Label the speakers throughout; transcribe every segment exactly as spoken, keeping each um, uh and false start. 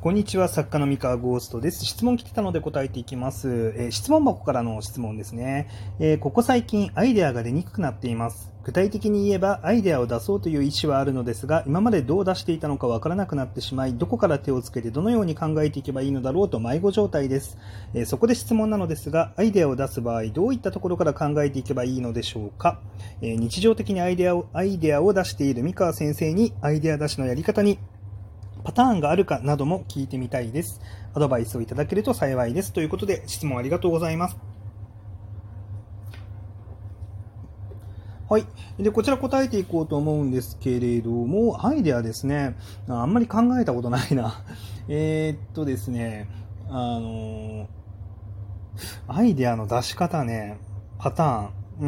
Speaker 1: こんにちは、作家の三河ゴーストです。質問来てたので答えていきます。えー、質問箱からの質問ですね、えー。ここ最近アイデアが出にくくなっています。具体的に言えばアイデアを出そうという意思はあるのですが、今までどう出していたのかわからなくなってしまい、どこから手をつけてどのように考えていけばいいのだろうと迷子状態です。えー、そこで質問なのですが、アイデアを出す場合、どういったところから考えていけばいいのでしょうか。えー、日常的にアイデアを、アイデアを出している三河先生にアイデア出しのやり方にパターンがあるかなども聞いてみたいです。アドバイスをいただけると幸いです。ということで、質問ありがとうございます。はい。で、こちら答えていこうと思うんですけれども、アイデアですね。あんまり考えたことないな。えーっとですね、あの、アイデアの出し方ね、パターン。うん。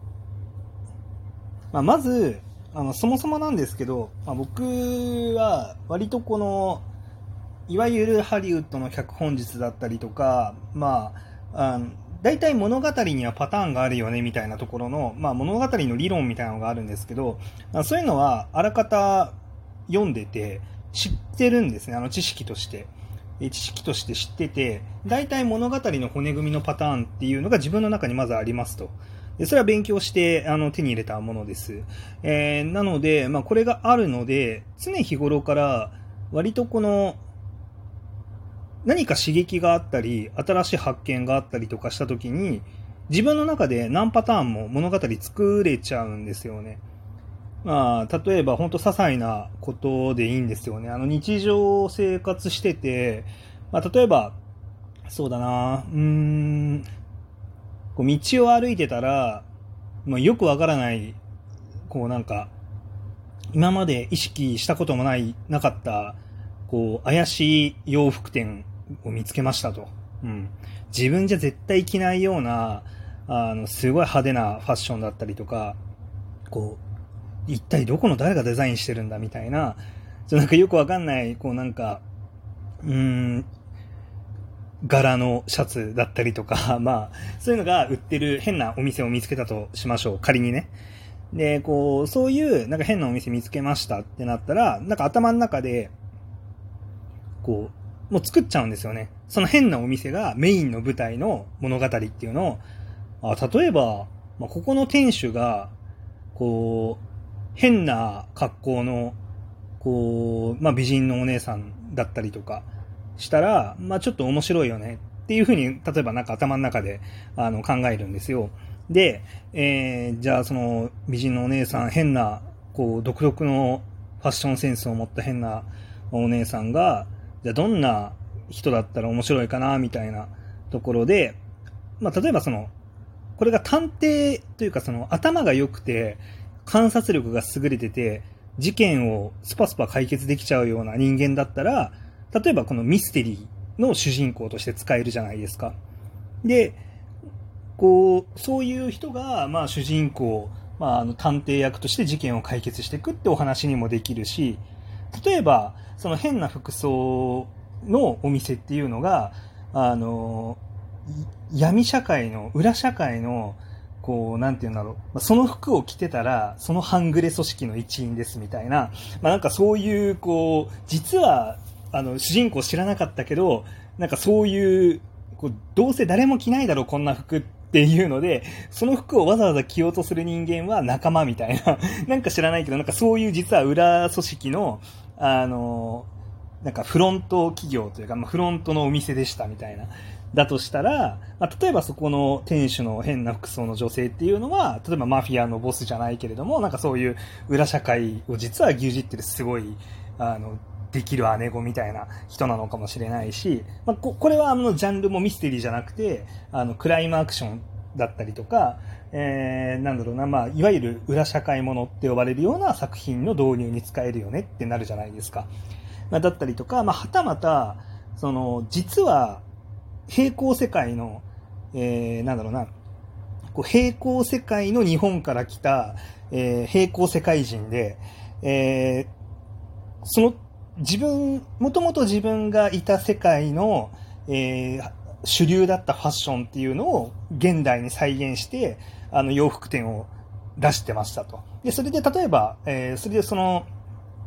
Speaker 1: まあ、まず、あの、そもそもなんですけど、まあ、僕は割とこの、いわゆるハリウッドの脚本術だったりとか、まあ、あの大体物語にはパターンがあるよねみたいなところの、まあ、物語の理論みたいなのがあるんですけど、そういうのはあらかた読んでて知ってるんですね。あの知識として知識として知ってて、大体物語の骨組みのパターンっていうのが自分の中にまずありますと。でそれは勉強してあの手に入れたものです。えー、なので、まあ、これがあるので常日頃から割とこの何か刺激があったり新しい発見があったりとかした時に自分の中で何パターンも物語作れちゃうんですよね。まあ、例えば本当些細なことでいいんですよね。あの日常生活してて、まあ、例えばそうだなうーんこう道を歩いてたら、まあ、よくわからないこうなんか今まで意識したこともないなかったこう怪しい洋服店を見つけましたと。うん、自分じゃ絶対着ないようなあのすごい派手なファッションだったりとか、こう一体どこの誰がデザインしてるんだみたいな、ちょなんかよくわかんないこうなんかうーん柄のシャツだったりとか、まあそういうのが売ってる変なお店を見つけたとしましょう、仮にね。でこうそういうなんか変なお店見つけましたってなったら、なんか頭の中でこうもう作っちゃうんですよね。その変なお店がメインの舞台の物語っていうのを、あ例えば、まあ、ここの店主がこう変な格好のこう、まあ、美人のお姉さんだったりとかしたら、まあ、ちょっと面白いよねっていうふうに、例えばなんか頭の中であの考えるんですよ。で、えー、じゃあその美人のお姉さん、変なこう独特のファッションセンスを持った変なお姉さんが、じゃあどんな人だったら面白いかなみたいなところで、まあ、例えばそのこれが探偵というかその頭が良くて観察力が優れてて事件をスパスパ解決できちゃうような人間だったら、例えばこのミステリーの主人公として使えるじゃないですか。でこうそういう人がまあ主人公、まあ、あの探偵役として事件を解決していくってお話にもできるし、例えばその変な服装のお店っていうのがあの闇社会の裏社会のこうなんていうんだろう、その服を着てたらその半グレ組織の一員ですみたいな、まあ、なんかそういうこう実はあの主人公知らなかったけど、なんかそういうこうどうせ誰も着ないだろうこんな服っていうので、その服をわざわざ着ようとする人間は仲間みたいななんか知らないけど、なんかそういう実は裏組織のあのなんかフロント企業というか、まあ、フロントのお店でしたみたいなだとしたら、まあ、例えばそこの店主の変な服装の女性っていうのは例えばマフィアのボスじゃないけれども、なんかそういう裏社会を実は牛耳ってるすごいあのできる姉子みたいな人なのかもしれないし、まあ、こ, これはあのジャンルもミステリーじゃなくてあのクライムアクションだったりとか、えー、なんだろうな、まあ、いわゆる裏社会ものって呼ばれるような作品の導入に使えるよねってなるじゃないですか。まあ、だったりとか、まあ、はたまたその実は平行世界の、えー、なんだろうな、こう平行世界の日本から来た、えー、平行世界人で、えー、その自分もともと自分がいた世界の、えー、主流だったファッションっていうのを現代に再現してあの洋服店を出してましたと。でそれで例えば、えー、それでその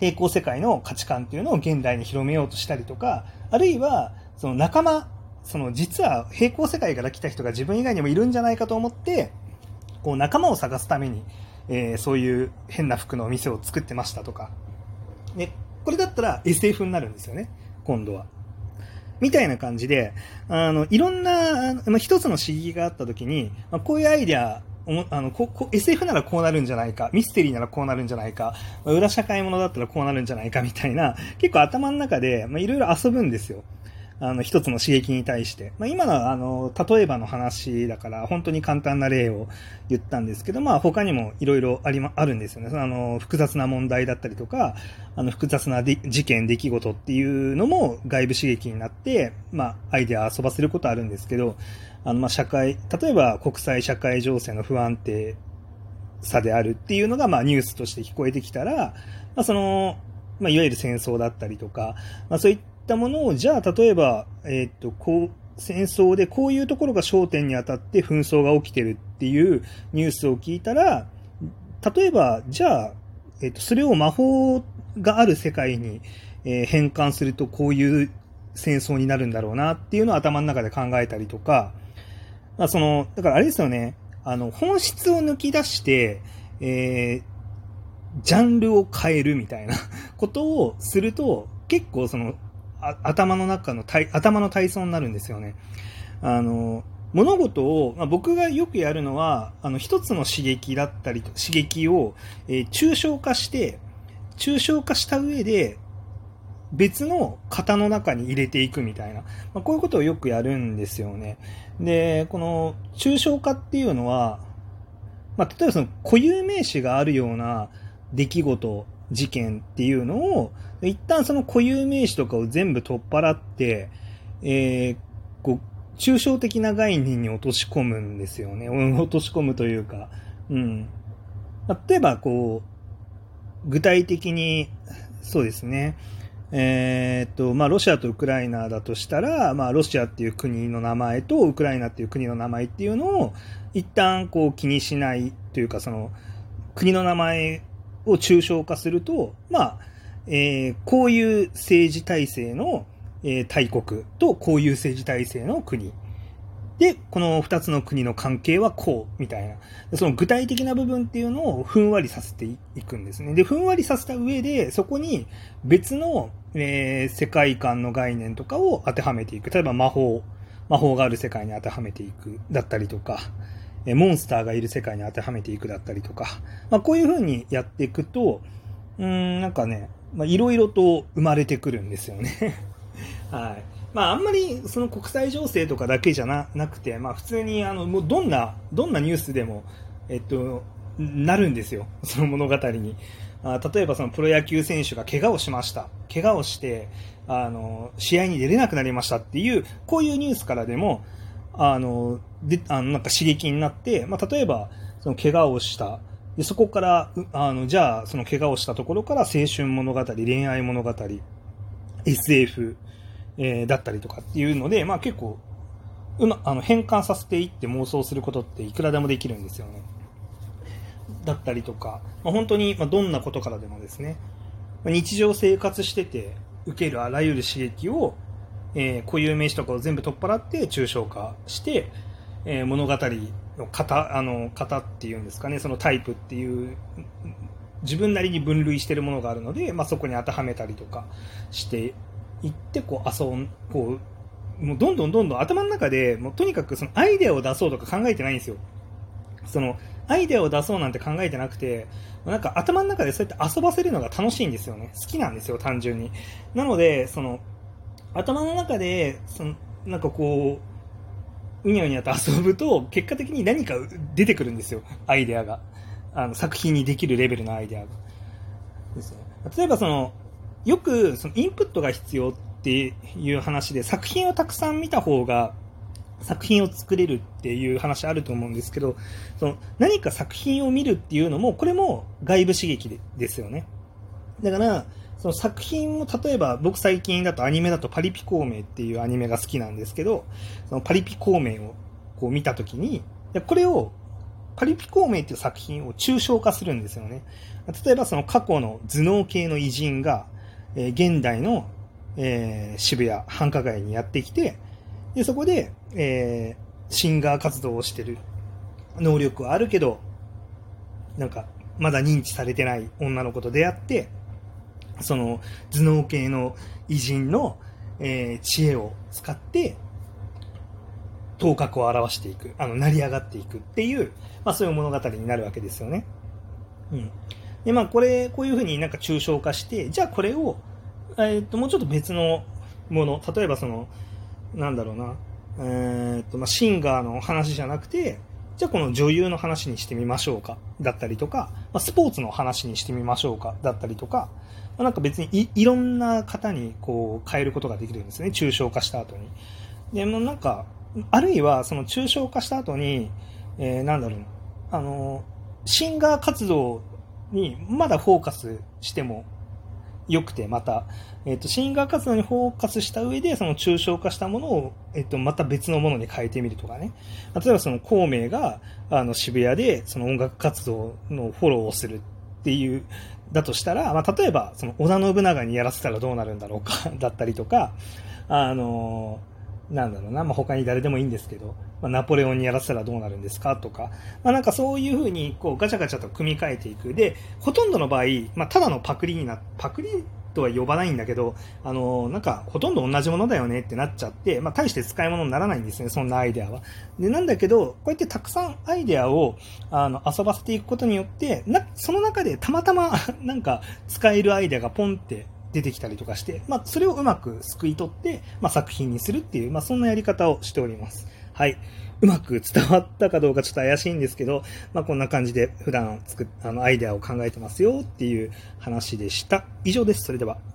Speaker 1: 平行世界の価値観っていうのを現代に広めようとしたりとか、あるいはその仲間、その実は平行世界から来た人が自分以外にもいるんじゃないかと思って、こう仲間を探すために、えー、そういう変な服のお店を作ってましたとか、でこれだったら エスエフ になるんですよね、今度は。みたいな感じで、あのいろんな、まあ、一つの刺激があったときに、まあ、こういうアイデア、あのここ エスエフ ならこうなるんじゃないか、ミステリーならこうなるんじゃないか、まあ、裏社会ものだったらこうなるんじゃないかみたいな、結構頭の中でいろいろ遊ぶんですよ。あの一つの刺激に対して、まあ、今のはあの例えばの話だから本当に簡単な例を言ったんですけど、まあ、他にもいろいろありまあるんですよね。あの複雑な問題だったりとか、あの複雑な事件出来事っていうのも外部刺激になって、まあ、アイデアを遊ばせることあるんですけど、あのまあ社会例えば国際社会情勢の不安定さであるっていうのがまあニュースとして聞こえてきたら、まあそのまあ、いわゆる戦争だったりとか、まあ、そういったったものを、じゃあ例えば、えー、っとこう戦争でこういうところが焦点に当たって紛争が起きてるっていうニュースを聞いたら、例えばじゃあ、えー、っとそれを魔法がある世界に、えー、変換するとこういう戦争になるんだろうなっていうのを頭の中で考えたりとか、まあ、そのだからあれですよね、あの本質を抜き出して、えー、ジャンルを変えるみたいなことをすると結構その頭の中の頭の体操になるんですよね。あの物事を、まあ、僕がよくやるのはあの一つの刺激だったり刺激を、えー、抽象化して抽象化した上で別の型の中に入れていくみたいな、まあ、こういうことをよくやるんですよね。でこの抽象化っていうのは、まあ、例えばその固有名詞があるような出来事事件っていうのを一旦その固有名詞とかを全部取っ払って、えー、こう抽象的な概念に落とし込むんですよね。落とし込むというか、うん、例えばこう具体的にそうですね、えーっとまあ、ロシアとウクライナだとしたら、まあ、ロシアっていう国の名前とウクライナっていう国の名前っていうのを一旦こう気にしないというか、その国の名前を抽象化すると、まあえー、こういう政治体制の、えー、大国とこういう政治体制の国で、このふたつの国の関係はこうみたいな、その具体的な部分っていうのをふんわりさせていくんですね。でふんわりさせた上でそこに別の、えー、世界観の概念とかを当てはめていく。例えば魔法魔法がある世界に当てはめていくだったりとか、モンスターがいる世界に当てはめていくだったりとか、まあ、こういう風にやっていくと、うーんなんかね、いろいろと生まれてくるんですよね。はい。まああんまりその国際情勢とかだけじゃ な, なくて、まあ普通にあのもうどんなどんなニュースでもえっとなるんですよ。その物語に。あ例えばそのプロ野球選手が怪我をしました。怪我をしてあの試合に出れなくなりましたっていうこういうニュースからでも。あのであのなんか刺激になって、まあ、例えばその怪我をしたでそこからあのじゃあその怪我をしたところから青春物語、恋愛物語、エスエフ、えー、だったりとかっていうので、まあ、結構う、ま、あの変換させていって妄想することっていくらでもできるんですよね。だったりとか、まあ、本当にどんなことからでもですね、日常生活してて受けるあらゆる刺激をえー、固有名詞とかを全部取っ払って抽象化して、えー、物語の型、あの型っていうんですかね、そのタイプっていう自分なりに分類しているものがあるので、まあ、そこに当てはめたりとかしていってこう遊んこうもうどんどんどんどん頭の中でもうとにかくそのアイデアを出そうとか考えてないんですよ。そのアイデアを出そうなんて考えてなくて、なんか頭の中でそうやって遊ばせるのが楽しいんですよね。好きなんですよ、単純に。なのでその頭の中でそのなんかこううにゃうにゃと遊ぶと結果的に何か出てくるんですよ、アイデアが。あの作品にできるレベルのアイデアがですね。例えばそのよくそのインプットが必要っていう話で、作品をたくさん見た方が作品を作れるっていう話あると思うんですけど、その何か作品を見るっていうのもこれも外部刺激でですよね。だからその作品も例えば僕最近だとアニメだとパリピ孔明っていうアニメが好きなんですけど、そのパリピ孔明をこう見たときにこれをパリピ孔明っていう作品を抽象化するんですよね。 例えばその過去の頭脳系の偉人が、えー、現代の、えー、渋谷繁華街にやってきて、でそこで、えー、シンガー活動をしてる能力はあるけどなんかまだ認知されてない女の子と出会って、その頭脳系の偉人の、えー、知恵を使って頭角を現していく、あの成り上がっていくっていう、まあ、そういう物語になるわけですよね。うん。でまあこれこういうふうになんか抽象化して、じゃあこれを、えー、っともうちょっと別のもの、例えばそのなんだろうな、えー、っとまあシンガーの話じゃなくて、じゃあこの女優の話にしてみましょうかだったりとか、まあ、スポーツの話にしてみましょうかだったりとか、まあ、なんか別に い, いろんな方にこう変えることができるんですね、抽象化した後に。でもなんかあるいはその抽象化した後に、えー、なんだろうな、あのシンガー活動にまだフォーカスしてもよくて、また、えっと、シンガー活動にフォーカスした上で、その抽象化したものを、えっと、また別のものに変えてみるとかね。例えばその孔明が、あの、渋谷で、その音楽活動のフォローをするっていう、だとしたら、まあ、例えば、その織田信長にやらせたらどうなるんだろうか、だったりとか、あの、なんだろうな、まあ、他に誰でもいいんですけど、まあ、ナポレオンにやらせたらどうなるんですかとか、まあ、なんかそういう風にこうガチャガチャと組み替えていく。で、ほとんどの場合、まあ、ただのパクリにな、パクリとは呼ばないんだけど、あの、なんかほとんど同じものだよねってなっちゃって、まあ、大して使い物にならないんですね、そんなアイデアは。で、なんだけど、こうやってたくさんアイデアをあの遊ばせていくことによって、な、その中でたまたまなんか使えるアイデアがポンって出てきたりとかして、まあ、それをうまくすくい取って、まあ、作品にするっていう、まあ、そんなやり方をしております。はい。うまく伝わったかどうかちょっと怪しいんですけど、まあ、こんな感じで普段作っ、あの、アイデアを考えてますよっていう話でした。以上です。それでは。